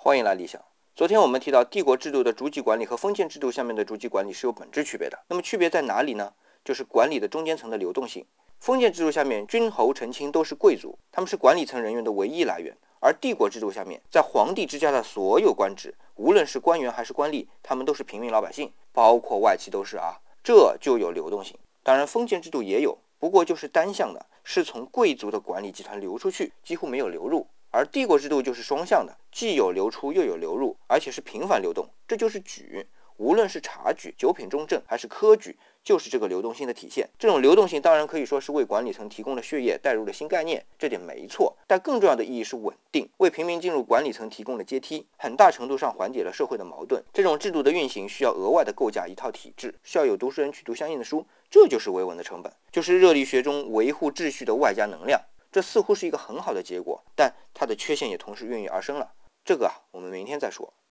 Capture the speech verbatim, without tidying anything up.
欢迎来理想。昨天我们提到，帝国制度的逐级管理和封建制度下面的逐级管理是有本质区别的。那么区别在哪里呢？就是管理的中间层的流动性。封建制度下面，君侯臣卿都是贵族，他们是管理层人员的唯一来源；而帝国制度下面，在皇帝之家的所有官职，无论是官员还是官吏，他们都是平民老百姓，包括外戚都是啊，这就有流动性。当然，封建制度也有，不过就是单向的，是从贵族的管理集团流出去，几乎没有流入。而帝国制度就是双向的，既有流出又有流入，而且是频繁流动，这就是举。无论是察举、九品中正还是科举，就是这个流动性的体现。这种流动性当然可以说是为管理层提供了血液，带入了新概念，这点没错。但更重要的意义是稳定，为平民进入管理层提供了阶梯，很大程度上缓解了社会的矛盾。这种制度的运行需要额外的构架一套体制，需要有读书人去读相应的书，这就是维稳的成本，就是热力学中维护秩序的外加能量。这似乎是一个很好的结果，但它的缺陷也同时孕育而生了。这个啊，我们明天再说。